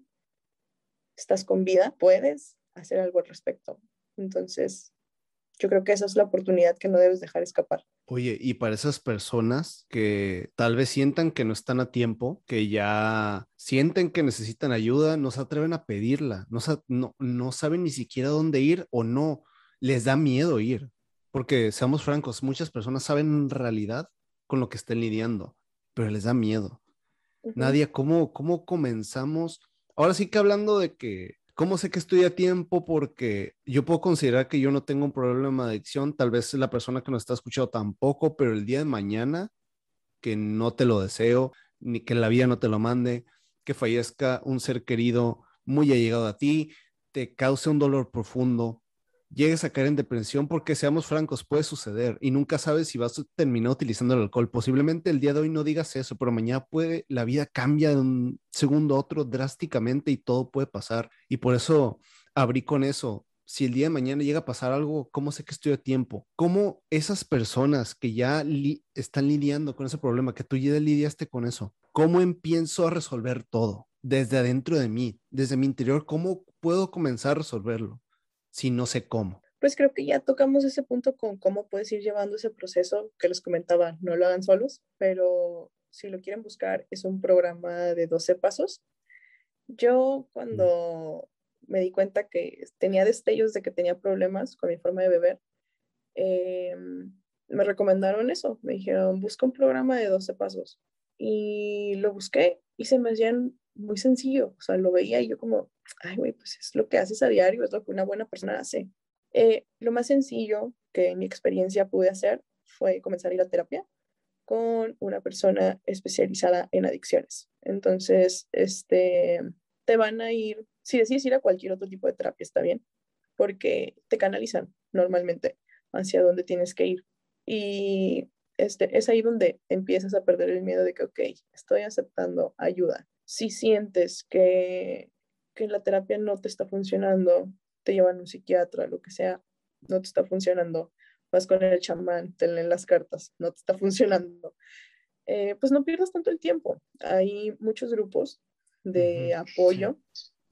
estás con vida, puedes hacer algo al respecto. Entonces, yo creo que esa es la oportunidad que no debes dejar escapar. Oye, y para esas personas que tal vez sientan que no están a tiempo, que ya sienten que necesitan ayuda, no se atreven a pedirla, no, sa- no, no saben ni siquiera dónde ir o no, les da miedo ir, Porque seamos francos, muchas personas saben en realidad con lo que están lidiando, pero les da miedo. Ujú. Nadia, ¿cómo, cómo comenzamos? Ahora sí que hablando de que, ¿cómo sé que estoy a tiempo? Porque yo puedo considerar que yo no tengo un problema de adicción, tal vez la persona que nos está escuchando tampoco, pero el día de mañana, que no te lo deseo, ni que la vida no te lo mande, que fallezca un ser querido muy allegado a ti, te cause un dolor profundo, llegues a caer en depresión, porque seamos francos, puede suceder y nunca sabes si vas a terminar utilizando el alcohol. Posiblemente el día de hoy no digas eso, pero mañana puede, la vida cambia de un segundo a otro drásticamente y todo puede pasar. Y por eso abrí con eso. Si el día de mañana llega a pasar algo, ¿cómo sé que estoy a tiempo? ¿Cómo esas personas que ya li están lidiando con ese problema, que tú ya lidiaste con eso, cómo empiezo a resolver todo? Desde adentro de mí, desde mi interior, ¿cómo puedo comenzar a resolverlo si no sé cómo? Pues creo que ya tocamos ese punto con cómo puedes ir llevando ese proceso que les comentaba, no lo hagan solos, pero si lo quieren buscar, es un programa de doce pasos. Yo Mm. cuando me di cuenta que tenía destellos de que tenía problemas con mi forma de beber, eh, me recomendaron eso. Me dijeron, busca un programa de doce pasos. Y lo busqué y se me hacían muy sencillo. O sea, lo veía y yo como, ay, güey, pues es lo que haces a diario, es lo que una buena persona hace. Eh, lo más sencillo que en mi experiencia pude hacer fue comenzar a ir a terapia con una persona especializada en adicciones. Entonces, este, te van a ir, si decides ir a cualquier otro tipo de terapia, está bien, porque te canalizan normalmente hacia dónde tienes que ir. Y este, es ahí donde empiezas a perder el miedo de que, ok, estoy aceptando ayuda. Si sientes que, que la terapia no te está funcionando, te llevan a un psiquiatra, lo que sea, no te está funcionando, vas con el chamán, te leen las cartas, no te está funcionando, eh, pues no pierdas tanto el tiempo. Hay muchos grupos Ujú, de sí. apoyo.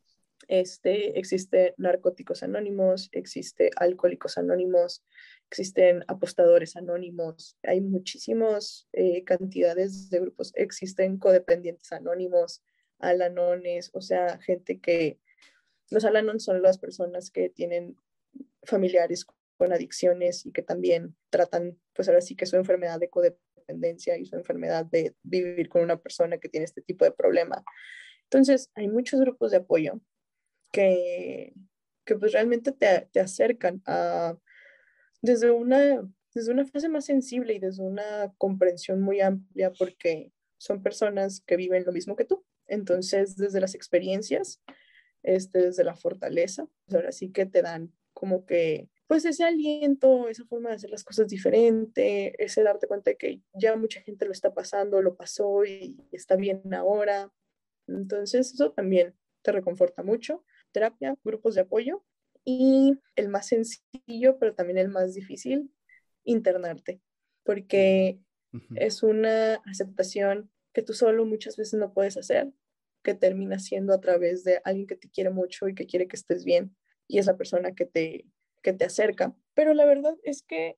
Este, existe Narcóticos Anónimos, existe Alcohólicos Anónimos, existen apostadores anónimos, hay muchísimas eh, cantidades de grupos, existen codependientes anónimos, alanones, o sea, gente que los alanon son las personas que tienen familiares con adicciones y que también tratan, pues ahora sí que su enfermedad de codependencia y su enfermedad de vivir con una persona que tiene este tipo de problema. Entonces, hay muchos grupos de apoyo que, que pues realmente te, te acercan a, desde una, desde una fase más sensible y desde una comprensión muy amplia porque son personas que viven lo mismo que tú. Entonces, desde las experiencias, este, desde la fortaleza, pues ahora sí que te dan como que, pues ese aliento, esa forma de hacer las cosas diferente, ese darte cuenta de que ya mucha gente lo está pasando, lo pasó y está bien ahora. Entonces, eso también te reconforta mucho. Terapia, grupos de apoyo y el más sencillo, pero también el más difícil, internarte, porque Ujú. es una aceptación que tú solo muchas veces no puedes hacer, que termina siendo a través de alguien que te quiere mucho y que quiere que estés bien, y es la persona que te, que te acerca. Pero la verdad es que,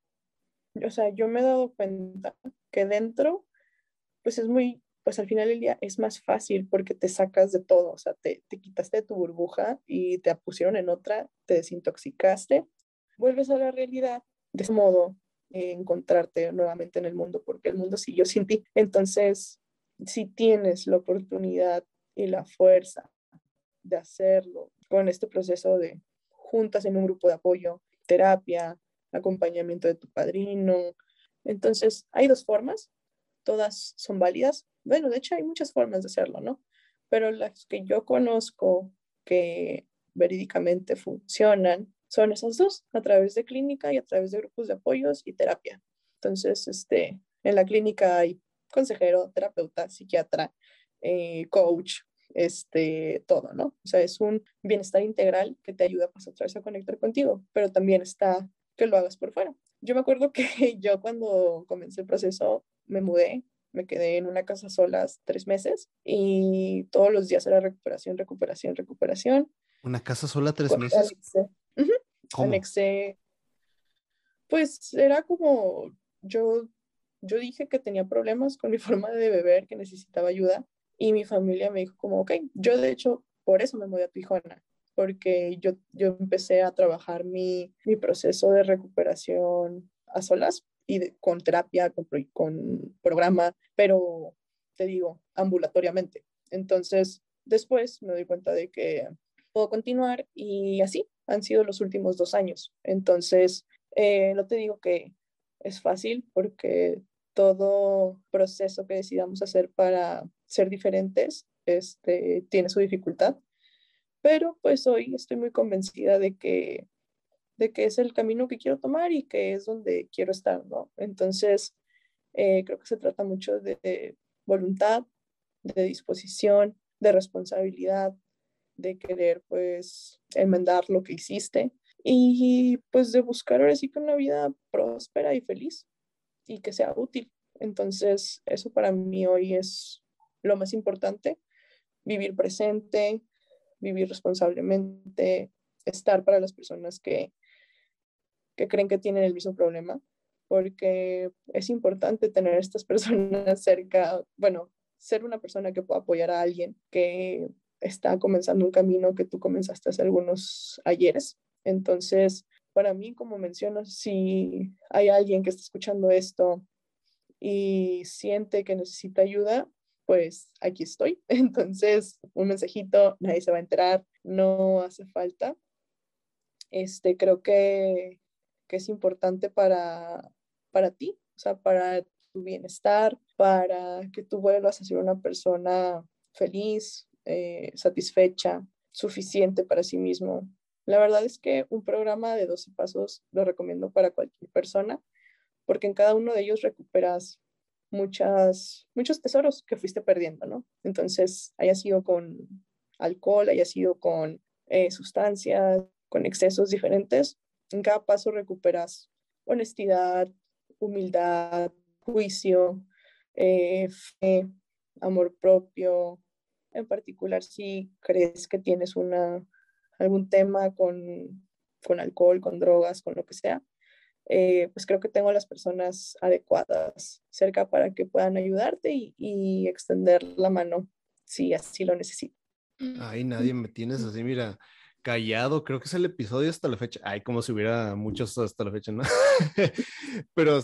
o sea, yo me he dado cuenta que dentro pues es muy, pues al final del día es más fácil porque te sacas de todo, o sea, te, te quitaste de tu burbuja y te pusieron en otra, te desintoxicaste, vuelves a la realidad, de ese modo eh, encontrarte nuevamente en el mundo, porque el mundo siguió sin ti. Entonces, si tienes la oportunidad y la fuerza de hacerlo con este proceso de juntas en un grupo de apoyo, terapia, acompañamiento de tu padrino, entonces hay dos formas, todas son válidas. Bueno, de hecho hay muchas formas de hacerlo, ¿no? Pero las que yo conozco que verídicamente funcionan son esas dos, a través de clínica y a través de grupos de apoyos y terapia. Entonces, este, en la clínica hay consejero, terapeuta, psiquiatra, eh, coach, este, todo, ¿no? O sea, es un bienestar integral que te ayuda pues otra vez a conectar contigo, pero también está que lo hagas por fuera. Yo me acuerdo que yo cuando comencé el proceso me mudé, me quedé en una casa solas tres meses y todos los días era recuperación, recuperación, recuperación. ¿Una casa sola tres Con- meses? Anexé, ujú, ¿Cómo? anexé, pues era como yo, yo dije que tenía problemas con mi forma de beber, que necesitaba ayuda y mi familia me dijo como, ok, yo de hecho por eso me mudé a Tijuana, porque yo, yo empecé a trabajar mi, mi proceso de recuperación a solas y de, con terapia, con, con programa, pero te digo, ambulatoriamente. Entonces, después me doy cuenta de que puedo continuar y así han sido los últimos dos años. Entonces, eh, no te digo que es fácil porque todo proceso que decidamos hacer para ser diferentes este, tiene su dificultad, pero pues hoy estoy muy convencida de que, de que es el camino que quiero tomar y que es donde quiero estar, ¿no? Entonces, eh, creo que se trata mucho de, de voluntad, de disposición, de responsabilidad, de querer pues enmendar lo que hiciste y pues de buscar ahora sí que una vida próspera y feliz y que sea útil. Entonces, eso para mí hoy es lo más importante, vivir presente, vivir responsablemente, estar para las personas que, que creen que tienen el mismo problema, porque es importante tener estas personas cerca, bueno, ser una persona que pueda apoyar a alguien que está comenzando un camino que tú comenzaste hace algunos ayeres. Entonces, para mí, como menciono, si hay alguien que está escuchando esto y siente que necesita ayuda, pues aquí estoy. Entonces, un mensajito, nadie se va a enterar, no hace falta. Este, creo que, que es importante para, para ti, o sea, para tu bienestar, para que tú vuelvas a ser una persona feliz, eh, satisfecha, suficiente para sí mismo. La verdad es que un programa de doce pasos lo recomiendo para cualquier persona, porque en cada uno de ellos recuperas muchas, muchos tesoros que fuiste perdiendo, ¿no? Entonces, haya sido con alcohol, haya sido con eh, sustancias, con excesos diferentes, en cada paso recuperas honestidad, humildad, juicio, eh, fe, amor propio. En particular, si crees que tienes una, algún tema con, con alcohol, con drogas, con lo que sea, eh, pues creo que tengo a las personas adecuadas cerca para que puedan ayudarte y, y extender la mano si así lo necesitas. Ay, nadie me tienes así, mira, callado, creo que es el episodio hasta la fecha. Ay, como si hubiera muchos hasta la fecha, ¿no? Pero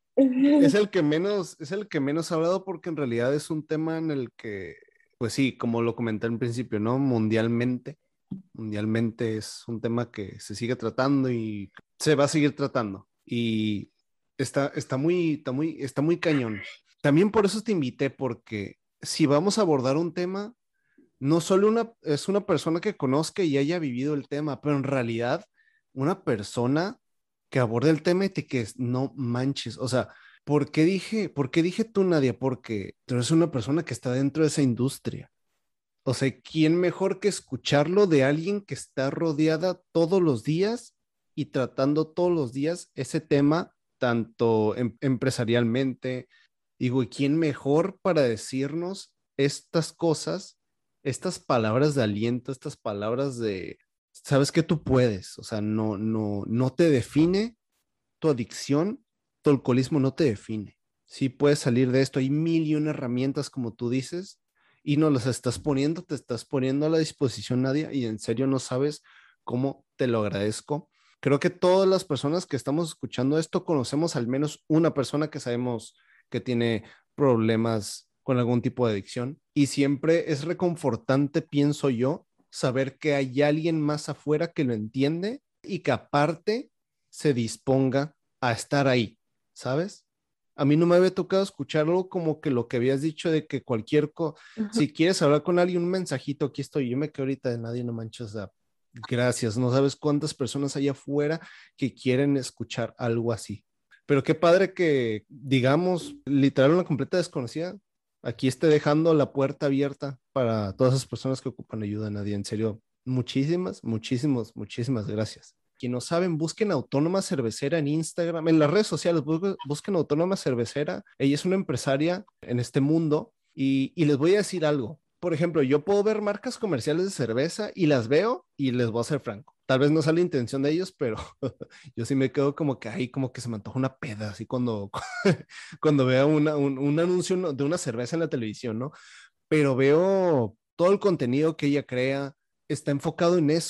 es el que menos, es el que menos he hablado porque en realidad es un tema en el que, pues sí, como lo comenté al principio, ¿no? Mundialmente, mundialmente es un tema que se sigue tratando y se va a seguir tratando. Y está, está muy, está muy, está muy cañón. También por eso te invité, porque si vamos a abordar un tema, no solo una, es una persona que conozca y haya vivido el tema, pero en realidad una persona que aborde el tema y te que no manches, o sea, ¿por qué dije, por qué dije tú, Nadia? Porque tú eres una persona que está dentro de esa industria. O sea, ¿quién mejor que escucharlo de alguien que está rodeada todos los días y tratando todos los días ese tema, tanto em- empresarialmente? Digo, ¿y quién mejor para decirnos estas cosas, estas palabras de aliento, estas palabras de, sabes que tú puedes? O sea, no, no, no te define tu adicción, tu alcoholismo no te define. Sí puedes salir de esto, hay mil y una herramientas, como tú dices, y no las estás poniendo, te estás poniendo a la disposición, Nadia, y en serio no sabes cómo te lo agradezco. Creo que todas las personas que estamos escuchando esto conocemos al menos una persona que sabemos que tiene problemas con algún tipo de adicción y siempre es reconfortante, pienso yo, saber que hay alguien más afuera que lo entiende y que aparte se disponga a estar ahí, ¿sabes? A mí no me había tocado escucharlo como que lo que habías dicho de que cualquier cosa, si quieres hablar con alguien, un mensajito, aquí estoy, yo me quedo ahorita de nadie, no manches, o sea, gracias, no sabes cuántas personas hay afuera que quieren escuchar algo así. Pero qué padre que, digamos, literal una completa desconocida, aquí esté dejando la puerta abierta para todas esas personas que ocupan ayuda, Nadia, en serio, muchísimas, muchísimas, muchísimas gracias. Quien no saben, busquen Autónoma Cervecera en Instagram, en las redes sociales, busquen Autónoma Cervecera. Ella es una empresaria en este mundo y, y les voy a decir algo. Por ejemplo, yo puedo ver marcas comerciales de cerveza y las veo y les voy a ser franco. Tal vez no sea la intención de ellos, pero yo sí me quedo como que ahí, como que se me antoja una peda, así cuando, cuando veo una, un, un anuncio de una cerveza en la televisión, ¿no? Pero veo todo el contenido que ella crea, está enfocado en eso.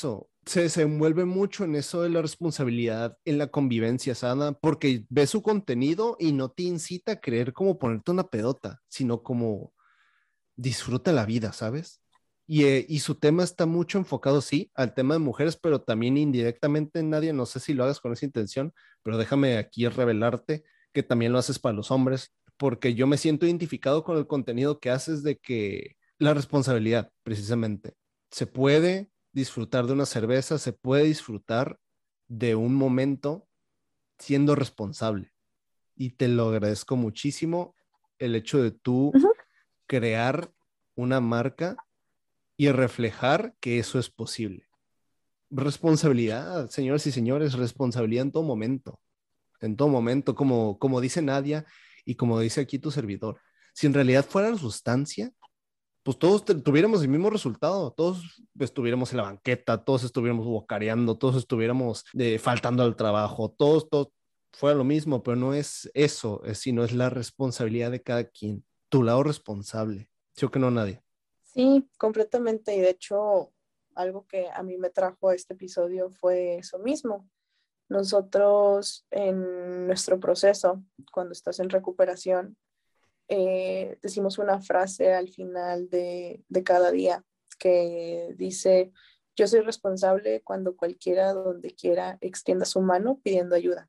se desenvuelve mucho en eso de la responsabilidad en la convivencia sana, porque ves su contenido y no te incita a creer como ponerte una pedota, sino como disfruta la vida, ¿sabes? Y, eh, y su tema está mucho enfocado, sí, al tema de mujeres, pero también indirectamente, nadie, no sé si lo hagas con esa intención, pero déjame aquí revelarte que también lo haces para los hombres, porque yo me siento identificado con el contenido que haces de que la responsabilidad, precisamente, se puede disfrutar de una cerveza, se puede disfrutar de un momento siendo responsable. Y te lo agradezco muchísimo el hecho de tú Ujú. crear una marca y reflejar que eso es posible. Responsabilidad, señores y señores, responsabilidad en todo momento, en todo momento, como, como dice Nadia y como dice aquí tu servidor. Si en realidad fuera la sustancia, pues todos te- tuviéramos el mismo resultado, todos estuviéramos en la banqueta, todos estuviéramos bocareando, todos estuviéramos eh, faltando al trabajo, todos, todos fuera lo mismo, pero no es eso, es, sino es la responsabilidad de cada quien, tu lado responsable. ¿Sí o que no, Nadia? Sí, completamente. Y de hecho, algo que a mí me trajo a este episodio fue eso mismo. Nosotros en nuestro proceso, cuando estás en recuperación, eh, decimos una frase al final de, de cada día que dice, yo soy responsable cuando cualquiera, donde quiera, extienda su mano pidiendo ayuda.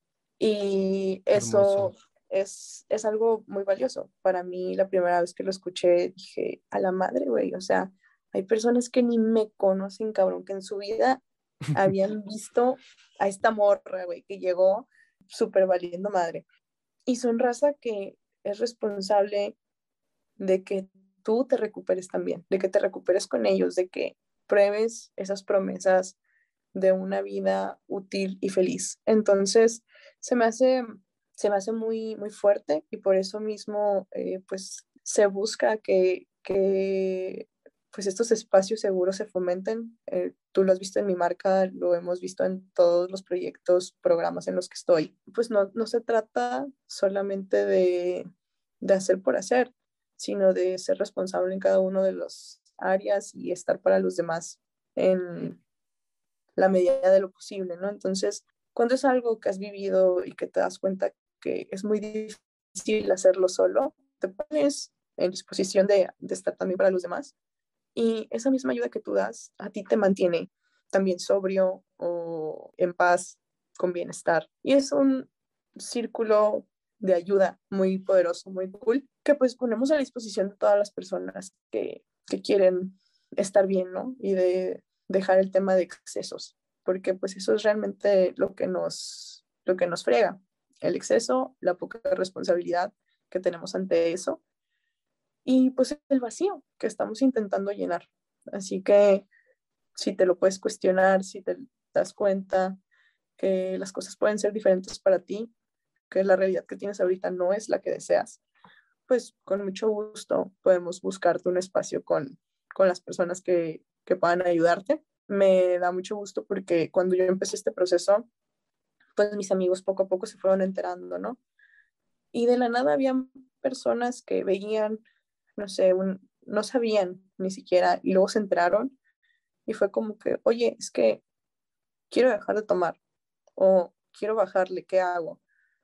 Y Qué hermoso. eso es, es algo muy valioso. Para mí, la primera vez que lo escuché, dije, a la madre, güey, o sea, hay personas que ni me conocen, cabrón, que en su vida habían visto a esta morra, güey, que llegó súper valiendo madre. Y son raza que es responsable de que tú te recuperes también, de que te recuperes con ellos, de que pruebes esas promesas de una vida útil y feliz. Entonces, se me hace, se me hace muy, muy fuerte y por eso mismo, eh, pues, se busca que, que pues estos espacios seguros se fomenten. Eh, tú lo has visto en mi marca, lo hemos visto en todos los proyectos, programas en los que estoy. Pues no, no se trata solamente de, de hacer por hacer, sino de ser responsable en cada uno de las áreas y estar para los demás en la medida de lo posible, ¿no? Entonces, cuando es algo que has vivido y que te das cuenta que es muy difícil hacerlo solo, te pones en disposición de, de estar también para los demás y esa misma ayuda que tú das a ti te mantiene también sobrio o en paz, con bienestar. Y es un círculo de ayuda muy poderoso, muy cool, que pues ponemos a la disposición de todas las personas que, que quieren estar bien, ¿no? Y de dejar el tema de excesos, porque pues eso es realmente lo que nos, lo que nos frega, el exceso, la poca responsabilidad que tenemos ante eso y pues el vacío que estamos intentando llenar. Así que si te lo puedes cuestionar, si te das cuenta que las cosas pueden ser diferentes para ti, que la realidad que tienes ahorita no es la que deseas, pues con mucho gusto podemos buscarte un espacio con, con las personas que, que puedan ayudarte. Me da mucho gusto porque cuando yo empecé este proceso, pues mis amigos poco a poco se fueron enterando, ¿no? Y de la nada habían personas que veían, no sé, un, no sabían ni siquiera y luego se enteraron y fue como que, oye, es que quiero dejar de tomar o quiero bajarle, ¿qué hago?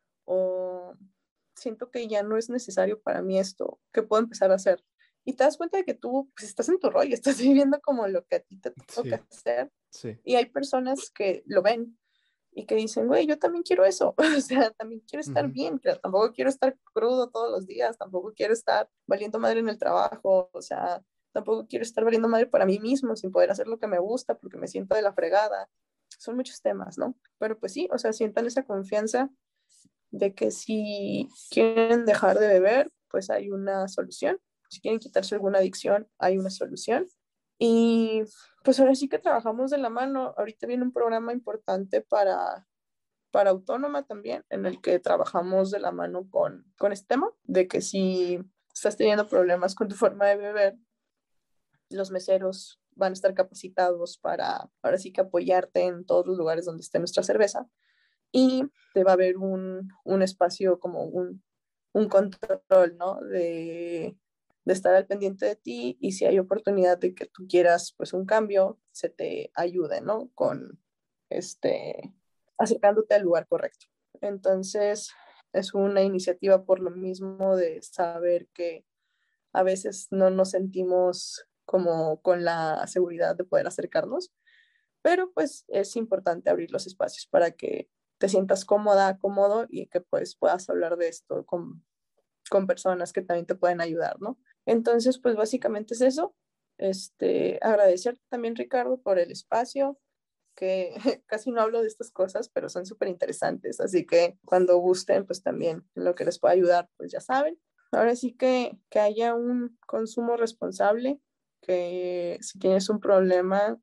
O siento que ya no es necesario para mí esto, ¿qué puedo empezar a hacer? Y te das cuenta de que tú pues, estás en tu rollo, estás viviendo como lo que a ti te Sí, toca hacer sí. y hay personas que lo ven y que dicen, güey, yo también quiero eso, o sea, también quiero estar Ujú. bien, pero tampoco quiero estar crudo todos los días, tampoco quiero estar valiendo madre en el trabajo, o sea, tampoco quiero estar valiendo madre para mí mismo sin poder hacer lo que me gusta porque me siento de la fregada. Son muchos temas, ¿no? Pero pues sí, o sea, sientan esa confianza de que si quieren dejar de beber, pues hay una solución. Si quieren quitarse alguna adicción, hay una solución. Y pues ahora sí que trabajamos de la mano. Ahorita viene un programa importante para, para autónoma también, en el que trabajamos de la mano con, con este tema, de que si estás teniendo problemas con tu forma de beber, los meseros van a estar capacitados para ahora sí que apoyarte en todos los lugares donde esté nuestra cerveza y te va a haber un, un espacio como un, un control, ¿no? De, de estar al pendiente de ti y si hay oportunidad de que tú quieras pues un cambio, se te ayude, ¿no? Con este, acercándote al lugar correcto. Entonces, es una iniciativa por lo mismo de saber que a veces no nos sentimos como con la seguridad de poder acercarnos, pero pues es importante abrir los espacios para que te sientas cómoda, cómodo y que pues puedas hablar de esto con, con personas que también te pueden ayudar, ¿no? Entonces, pues básicamente es eso. Este, agradecer también, Ricardo, por el espacio, que casi no hablo de estas cosas, pero son súper interesantes, así que cuando gusten, pues también en lo que les pueda ayudar, pues ya saben. Ahora sí que, que haya un consumo responsable, que si tienes un problema,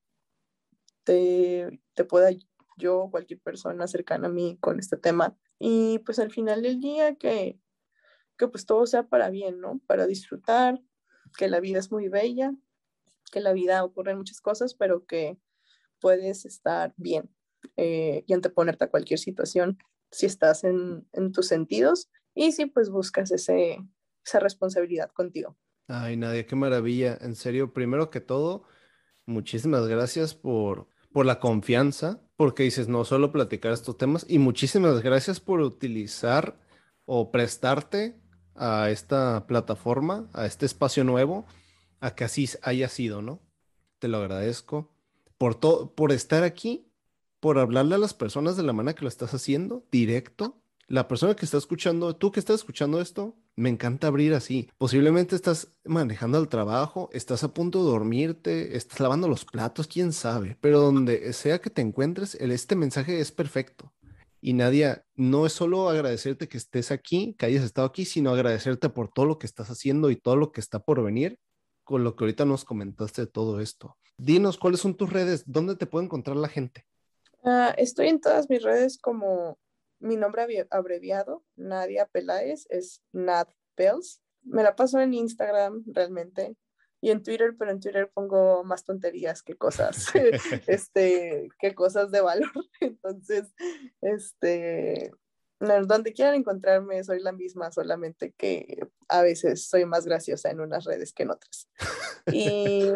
te, te pueda yo o cualquier persona cercana a mí con este tema. Y pues al final del día que, que pues todo sea para bien, ¿no? Para disfrutar, que la vida es muy bella, que la vida ocurren muchas cosas, pero que puedes estar bien eh, y anteponerte a cualquier situación si estás en, en tus sentidos y si pues buscas ese, esa responsabilidad contigo. Ay, Nadia, qué maravilla. En serio, primero que todo, muchísimas gracias por, por la confianza, porque dices no solo platicar estos temas, y muchísimas gracias por utilizar o prestarte a esta plataforma, a este espacio nuevo, a que así haya sido, ¿no? Te lo agradezco por todo, por estar aquí, por hablarle a las personas de la manera que lo estás haciendo, directo. La persona que está escuchando, tú que estás escuchando esto, me encanta abrir así. Posiblemente estás manejando al trabajo, estás a punto de dormirte, estás lavando los platos, quién sabe. Pero donde sea que te encuentres, el, este mensaje es perfecto. Y Nadia, no es solo agradecerte que estés aquí, que hayas estado aquí, sino agradecerte por todo lo que estás haciendo y todo lo que está por venir, con lo que ahorita nos comentaste de todo esto. Dinos, ¿cuáles son tus redes? ¿Dónde te puede encontrar la gente? Uh, estoy en todas mis redes como mi nombre abreviado, Nadia Peláez, es Nad Pels. Me la paso en Instagram realmente y en Twitter, pero en Twitter pongo más tonterías que cosas, este, que cosas de valor. Entonces, este, no, donde quieran encontrarme soy la misma, solamente que a veces soy más graciosa en unas redes que en otras. Y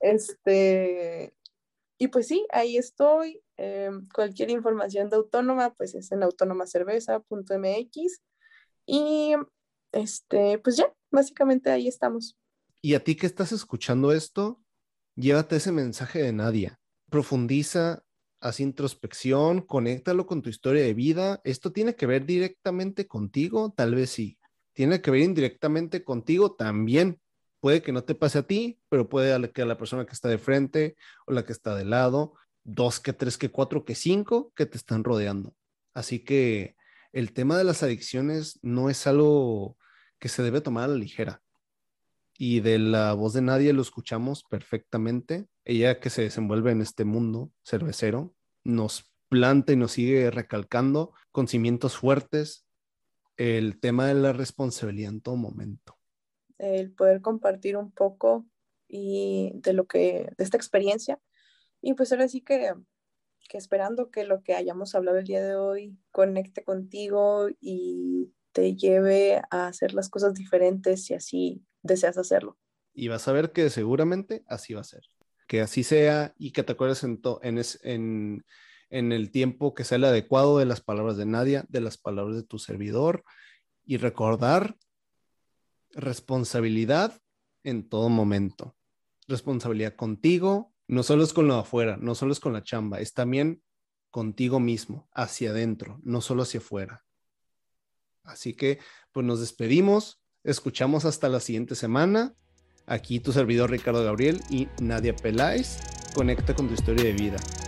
este, y pues sí, ahí estoy. Eh, cualquier información de Autónoma, pues es en autónomacerveza punto m x. Y este, pues ya, básicamente ahí estamos. Y a ti que estás escuchando esto, llévate ese mensaje de Nadia. Profundiza, haz introspección, conéctalo con tu historia de vida. ¿Esto tiene que ver directamente contigo? Tal vez sí. ¿Tiene que ver indirectamente contigo? También. Puede que no te pase a ti, pero puede que a la persona que está de frente o la que está de lado, dos, que tres, que cuatro, que cinco, que te están rodeando. Así que el tema de las adicciones no es algo que se debe tomar a la ligera. Y de la voz de Nadia lo escuchamos perfectamente. Ella que se desenvuelve en este mundo cervecero, nos planta y nos sigue recalcando con cimientos fuertes el tema de la responsabilidad en todo momento. El poder compartir un poco y de lo que, de esta experiencia. Y pues ahora sí que, que esperando que lo que hayamos hablado el día de hoy conecte contigo y te lleve a hacer las cosas diferentes si así deseas hacerlo. Y vas a ver que seguramente así va a ser. Que así sea y que te acuerdes en, to, en, es, en, en el tiempo que sea el adecuado de las palabras de Nadia, de las palabras de tu servidor, y recordar responsabilidad en todo momento. Responsabilidad contigo, no solo es con lo de afuera, no solo es con la chamba, es también contigo mismo, hacia adentro, no solo hacia afuera. Así que, pues nos despedimos, escuchamos hasta la siguiente semana. Aquí tu servidor Ricardo Gabriel y Nadia Peláez. Conecta con tu historia de vida.